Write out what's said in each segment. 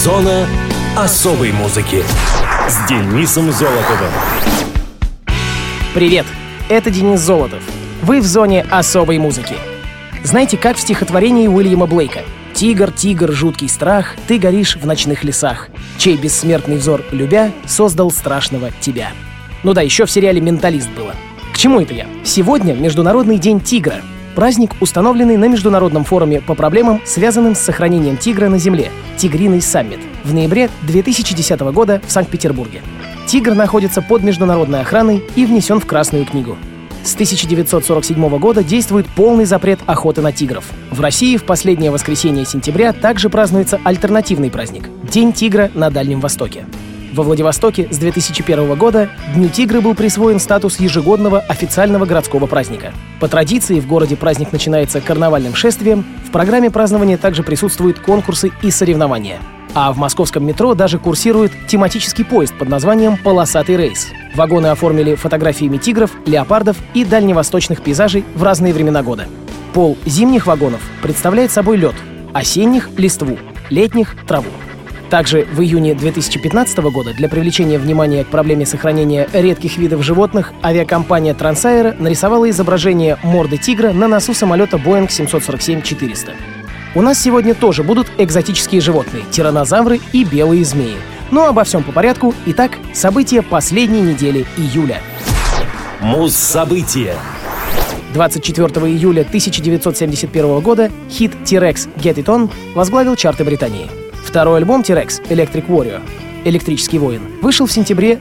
Зона особой музыки с Денисом Золотовым. Привет, это Денис Золотов. Вы в зоне особой музыки. Знаете, как в стихотворении Уильяма Блейка: «Тигр, тигр, жуткий страх, ты горишь в ночных лесах, чей бессмертный взор, любя, создал страшного тебя». Ну да, еще в сериале «Менталист» было. К чему это я? Сегодня Международный день тигра. Праздник, установленный на Международном форуме по проблемам, связанным с сохранением тигра на Земле — «Тигриный саммит» в ноябре 2010 года в Санкт-Петербурге. Тигр находится под международной охраной и внесен в Красную книгу. С 1947 года действует полный запрет охоты на тигров. В России в последнее воскресенье сентября также празднуется альтернативный праздник — День тигра на Дальнем Востоке. Во Владивостоке с 2001 года Дню тигра был присвоен статус ежегодного официального городского праздника. По традиции в городе праздник начинается карнавальным шествием, в программе празднования также присутствуют конкурсы и соревнования. А в московском метро даже курсирует тематический поезд под названием «Полосатый рейс». Вагоны оформили фотографиями тигров, леопардов и дальневосточных пейзажей в разные времена года. Пол зимних вагонов представляет собой лед, осенних — листву, летних — траву. Также в июне 2015 года для привлечения внимания к проблеме сохранения редких видов животных авиакомпания Трансаэро нарисовала изображение морды тигра на носу самолета Boeing 747-400. У нас сегодня тоже будут экзотические животные — тираннозавры и белые змеи. Но обо всем по порядку. Итак, события последней недели июля. Муз-события. 24 июля 1971 года хит T-Rex «Get It On» возглавил чарты Британии. Второй альбом T-Rex «Electric Warrior» «Электрический воин» вышел в сентябре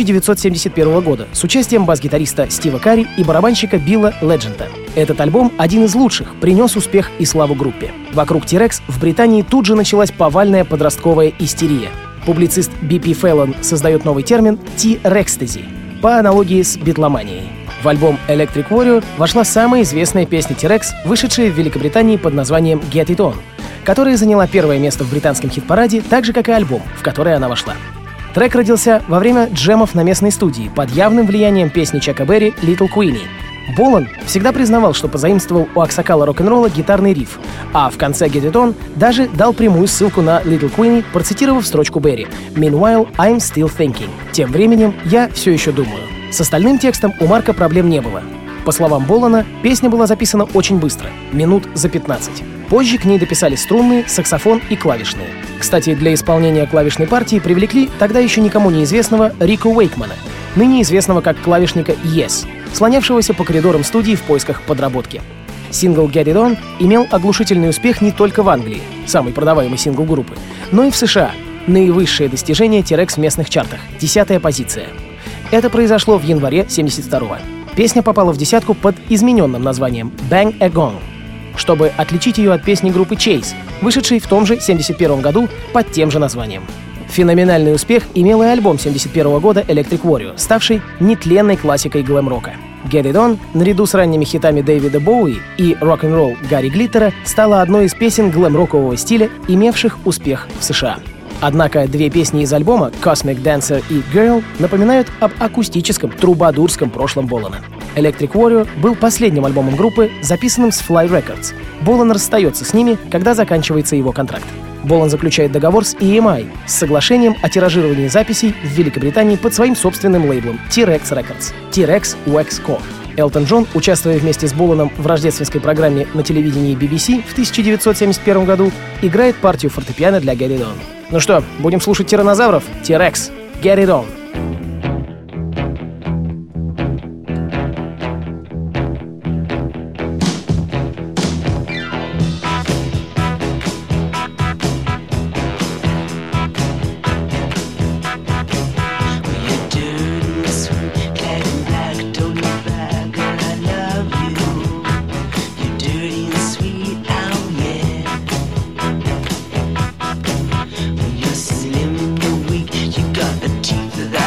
1971 года с участием бас-гитариста Стива Карри и барабанщика Билла Леджента. Этот альбом, один из лучших, принес успех и славу группе. Вокруг T-Rex в Британии тут же началась повальная подростковая истерия. Публицист B.P. Fallon создает новый термин «T-Rextasy» по аналогии с битломанией. В альбом Electric Warrior вошла самая известная песня T-Rex, вышедшая в Великобритании под названием «Get It On», которая заняла первое место в британском хит-параде, так же, как и альбом, в который она вошла. Трек родился во время джемов на местной студии под явным влиянием песни Чака Берри «Little Queenie». Болан всегда признавал, что позаимствовал у аксакала рок-н-ролла гитарный риф, а в конце «Get It On» даже дал прямую ссылку на «Little Queenie», процитировав строчку Берри «Meanwhile, I'm still thinking». Тем временем я все еще думаю. С остальным текстом у Марка проблем не было. По словам Болана, песня была записана очень быстро, минут за 15. Позже к ней дописали струнные, саксофон и клавишные. Кстати, для исполнения клавишной партии привлекли тогда еще никому неизвестного Рико Уэйкмана, ныне известного как клавишника Yes, слонявшегося по коридорам студии в поисках подработки. Сингл «Get It On» имел оглушительный успех не только в Англии, самый продаваемый сингл группы, но и в США. Наивысшее достижение T-Rex в местных чартах — 10-я позиция. Это произошло в январе 1972-го. Песня попала в десятку под измененным названием «Bang a Gong», чтобы отличить ее от песни группы Chase, вышедшей в том же 1971 году под тем же названием. Феноменальный успех имел и альбом 1971 года Electric Warrior, ставший нетленной классикой глэм-рока. Get It On, наряду с ранними хитами Дэвида Боуи и рок-н-ролл Гарри Глиттера, стала одной из песен глэм-рокового стиля, имевших успех в США. Однако две песни из альбома «Cosmic Dancer» и «Girl» напоминают об акустическом, трубадурском прошлом Болана. «Electric Warrior» был последним альбомом группы, записанным с Fly Records. Болан расстается с ними, когда заканчивается его контракт. Болан заключает договор с EMI с соглашением о тиражировании записей в Великобритании под своим собственным лейблом T-Rex Records — T-Rex Wax Co. Элтон Джон, участвуя вместе с Боланом в рождественской программе на телевидении BBC в 1971 году, играет партию фортепиано для Get It On. Ну что, будем слушать тираннозавров? T-Rex, Get It On. Slim and you're weak, you got the teeth of that.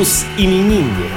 Блюз-именинник.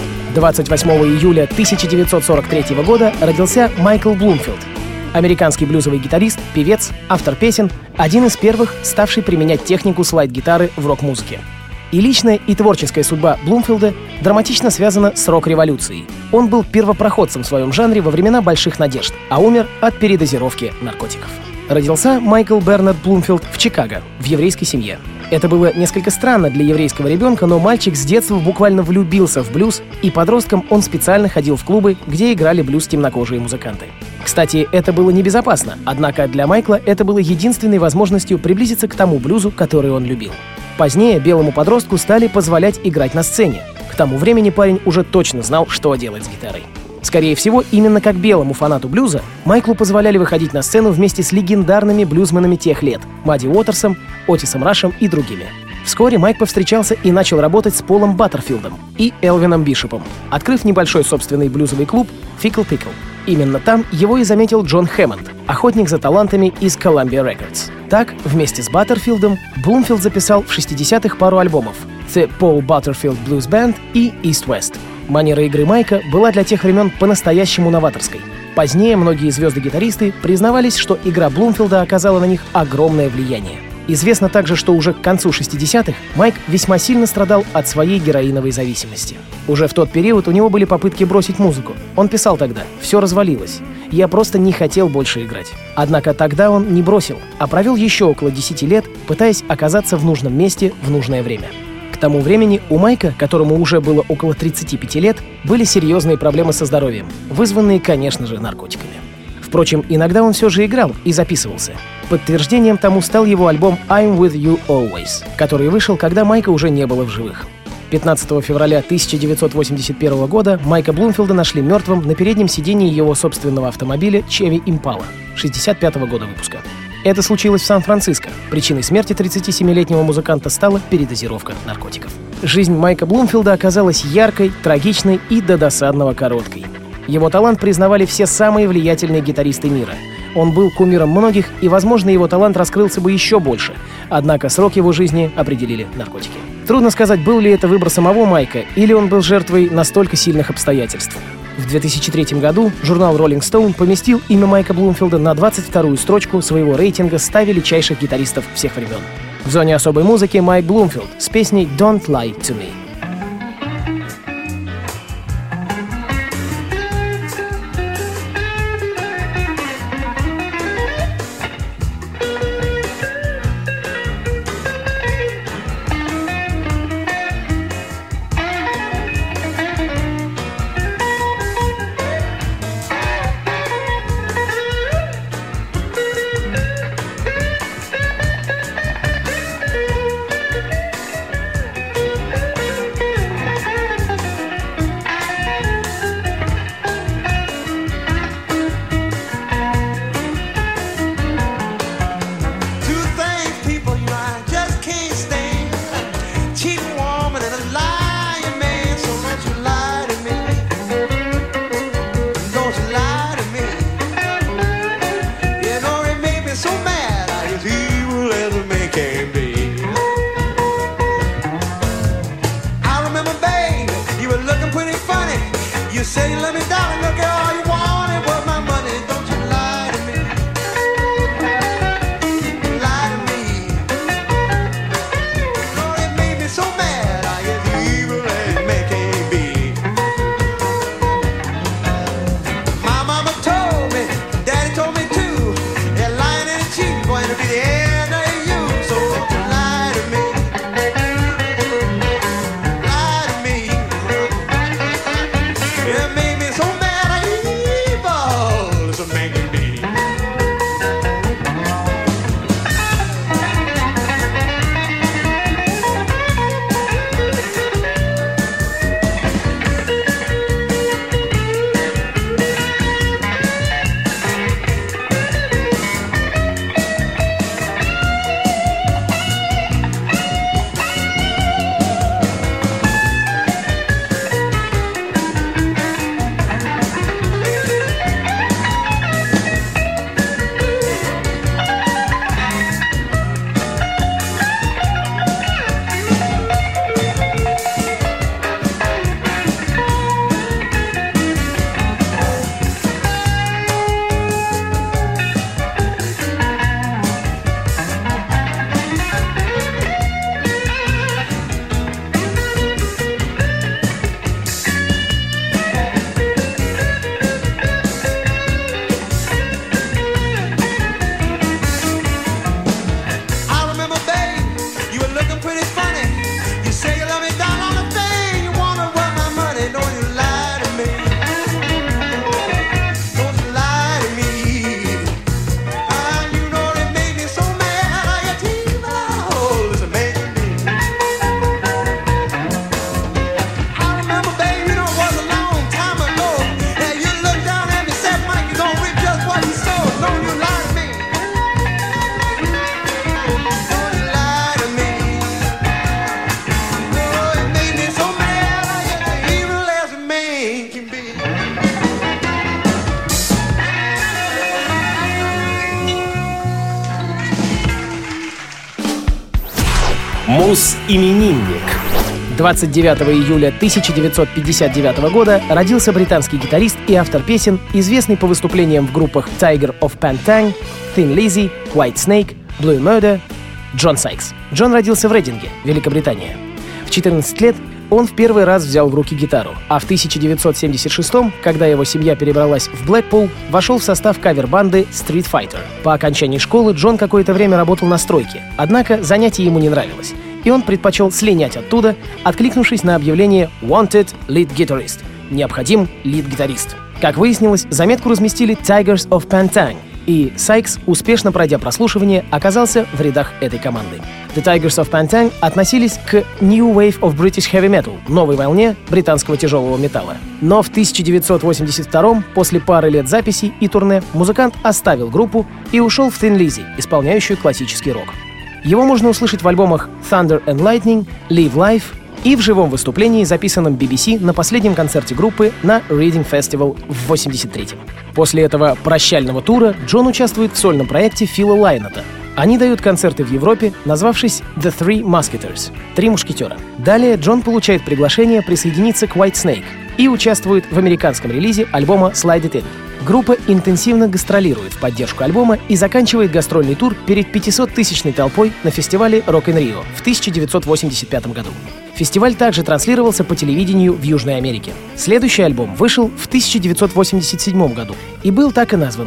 28 июля 1943 года родился Майкл Блумфилд. Американский блюзовый гитарист, певец, автор песен, один из первых, ставший применять технику слайд-гитары в рок-музыке. И личная, и творческая судьба Блумфилда драматично связана с рок-революцией. Он был первопроходцем в своем жанре во времена больших надежд, а умер от передозировки наркотиков. Родился Майкл Бернард Блумфилд в Чикаго, в еврейской семье. Это было несколько странно для еврейского ребенка, но мальчик с детства буквально влюбился в блюз, и подростком он специально ходил в клубы, где играли блюз темнокожие музыканты. Кстати, это было небезопасно, однако для Майкла это было единственной возможностью приблизиться к тому блюзу, который он любил. Позднее белому подростку стали позволять играть на сцене. К тому времени парень уже точно знал, что делать с гитарой. Скорее всего, именно как белому фанату блюза Майклу позволяли выходить на сцену вместе с легендарными блюзменами тех лет — Мадди Уотерсом, Отисом Рашем и другими. Вскоре Майк повстречался и начал работать с Полом Баттерфилдом и Элвином Бишопом, открыв небольшой собственный блюзовый клуб «Fickle Pickle». Именно там его и заметил Джон Хэммонд, охотник за талантами из Columbia Records. Так, вместе с Баттерфилдом Блумфилд записал в 60-х пару альбомов «The Paul Butterfield Blues Band» и «East-West». Манера игры Майка была для тех времен по-настоящему новаторской. Позднее многие звезды-гитаристы признавались, что игра Блумфилда оказала на них огромное влияние. Известно также, что уже к концу 60-х Майк весьма сильно страдал от своей героиновой зависимости. Уже в тот период у него были попытки бросить музыку. Он писал тогда: «Все развалилось. Я просто не хотел больше играть». Однако тогда он не бросил, а провел еще около 10 лет, пытаясь оказаться в нужном месте в нужное время. К тому времени у Майка, которому уже было около 35 лет, были серьезные проблемы со здоровьем, вызванные, конечно же, наркотиками. Впрочем, иногда он все же играл и записывался. Подтверждением тому стал его альбом «I'm With You Always», который вышел, когда Майка уже не было в живых. 15 февраля 1981 года Майка Блумфилда нашли мертвым на переднем сидении его собственного автомобиля Chevy Impala 65 года выпуска. Это случилось в Сан-Франциско. Причиной смерти 37-летнего музыканта стала передозировка наркотиков. Жизнь Майка Блумфилда оказалась яркой, трагичной и до досадного короткой. Его талант признавали все самые влиятельные гитаристы мира. Он был кумиром многих, и, возможно, его талант раскрылся бы еще больше. Однако срок его жизни определили наркотики. Трудно сказать, был ли это выбор самого Майка, или он был жертвой настолько сильных обстоятельств. В 2003 году журнал Rolling Stone поместил имя Майка Блумфилда на 22-ю строчку своего рейтинга 100 величайших гитаристов всех времен. В зоне особой музыки Майк Блумфилд с песней «Don't Lie to Me». You say, let me down and look at all you wanted was my money. Don't you lie to me. Lie to me. Lord, it made me so mad. I get evil as man can be. My mama told me, daddy told me too, that lying and cheating going to be the end of you. So don't you lie to me. Lie to me. It made me so mad, evil as a man can be. Муз-именинник. 29 июля 1959 года родился британский гитарист и автор песен, известный по выступлениям в группах Tiger of Pantang, Thin Lizzy, White Snake, Blue Murder, Джон Сайкс. Джон родился в Рейдинге, Великобритания. В 14 лет он в первый раз взял в руки гитару, а в 1976-м, когда его семья перебралась в Блэкпул, вошел в состав кавер-банды Street Fighter. По окончании школы Джон какое-то время работал на стройке, однако занятие ему не нравилось, и он предпочел слинять оттуда, откликнувшись на объявление «Wanted Lead Guitarist» — «Необходим лид-гитарист». Как выяснилось, заметку разместили Tigers of Pantang, и Сайкс, успешно пройдя прослушивание, оказался в рядах этой команды. The Tigers of Pantang относились к New Wave of British Heavy Metal, новой волне британского тяжелого металла. Но в 1982-м, после пары лет записей и турне, музыкант оставил группу и ушел в Thin Lizzy, исполняющую классический рок. Его можно услышать в альбомах Thunder and Lightning, Live Life и в живом выступлении, записанном BBC на последнем концерте группы на Reading Festival в 1983-м. После этого прощального тура Джон участвует в сольном проекте Фила Лайнета. Они дают концерты в Европе, назвавшись The Three Musketeers — «Три мушкетера». Далее Джон получает приглашение присоединиться к White Snake и участвует в американском релизе альбома Slide It In. Группа интенсивно гастролирует в поддержку альбома и заканчивает гастрольный тур перед 500-тысячной толпой на фестивале Rock in Rio в 1985 году. Фестиваль также транслировался по телевидению в Южной Америке. Следующий альбом вышел в 1987 году и был так и назван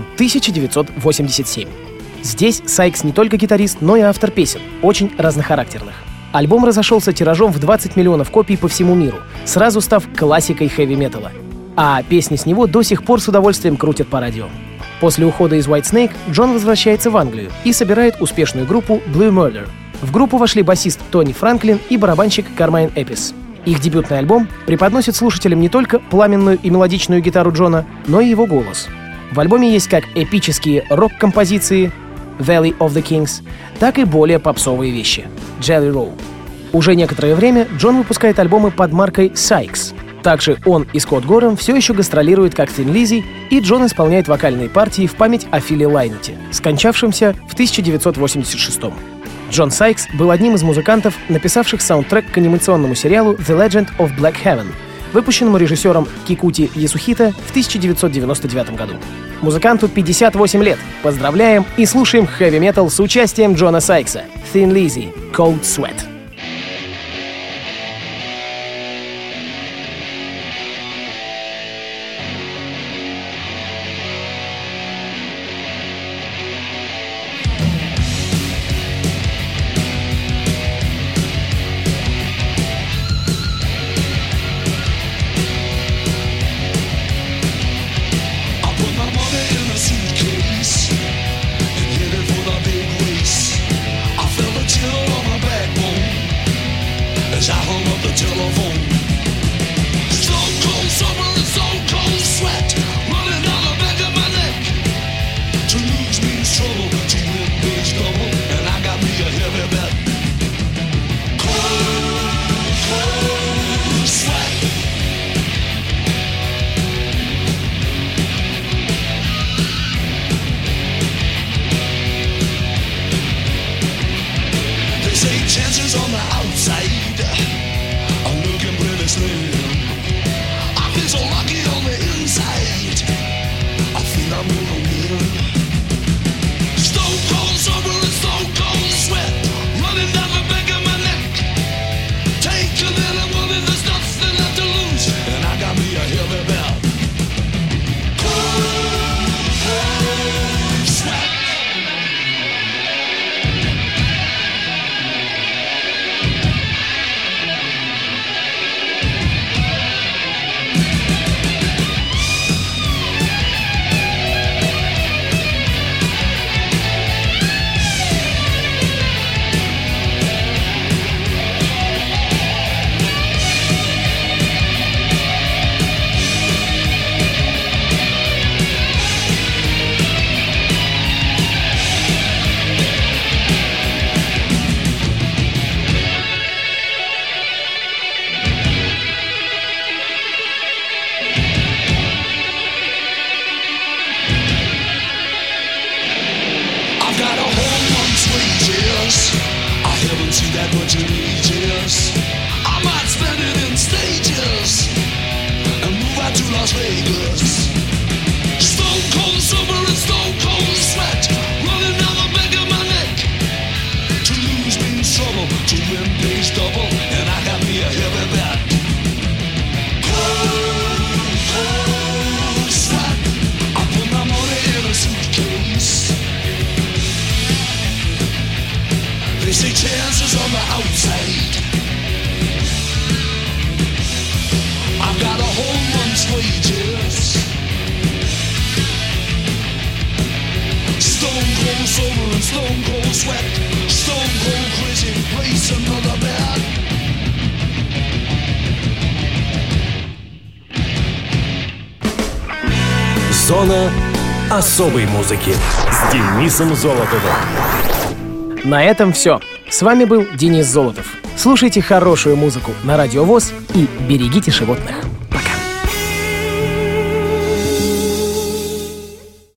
«1987». Здесь Сайкс не только гитарист, но и автор песен, очень разнохарактерных. Альбом разошелся тиражом в 20 миллионов копий по всему миру, сразу став классикой хэви-металла. А песни с него до сих пор с удовольствием крутят по радио. После ухода из White Snake Джон возвращается в Англию и собирает успешную группу Blue Murder. В группу вошли басист Тони Франклин и барабанщик Кармайн Эпис. Их дебютный альбом преподносит слушателям не только пламенную и мелодичную гитару Джона, но и его голос. В альбоме есть как эпические рок-композиции Valley of the Kings, так и более попсовые вещи Jelly Roll. Уже некоторое время Джон выпускает альбомы под маркой Сайкс. Также он и Скотт Гором все еще гастролируют как Thin Lizzy, и Джон исполняет вокальные партии в память о Филе Лайнете, скончавшемся в 1986-м. Джон Сайкс был одним из музыкантов, написавших саундтрек к анимационному сериалу The Legend of Black Heaven, выпущенному режиссером Кикути Ясухита в 1999 году. Музыканту 58 лет. Поздравляем и слушаем хэви-метал с участием Джона Сайкса. Thin Lizzy, Cold Sweat. Chill on my backbone. much it ages. I might spend it in stages and move out to Las Vegas. Stone cold summer and stone cold sweat running down the back of my neck. To lose means trouble, to win pays double, and I got me a heavy bet. Cold sweat. I put my money in a suitcase. They say chances on the outside. I've got a whole month's wages. Stone cold sober and stone cold sweat. Stone cold crazy, place another bet. Зона особой музыки с Денисом Золотовым. На этом все. С вами был Денис Золотов. Слушайте хорошую музыку на Радио ВОС и берегите животных.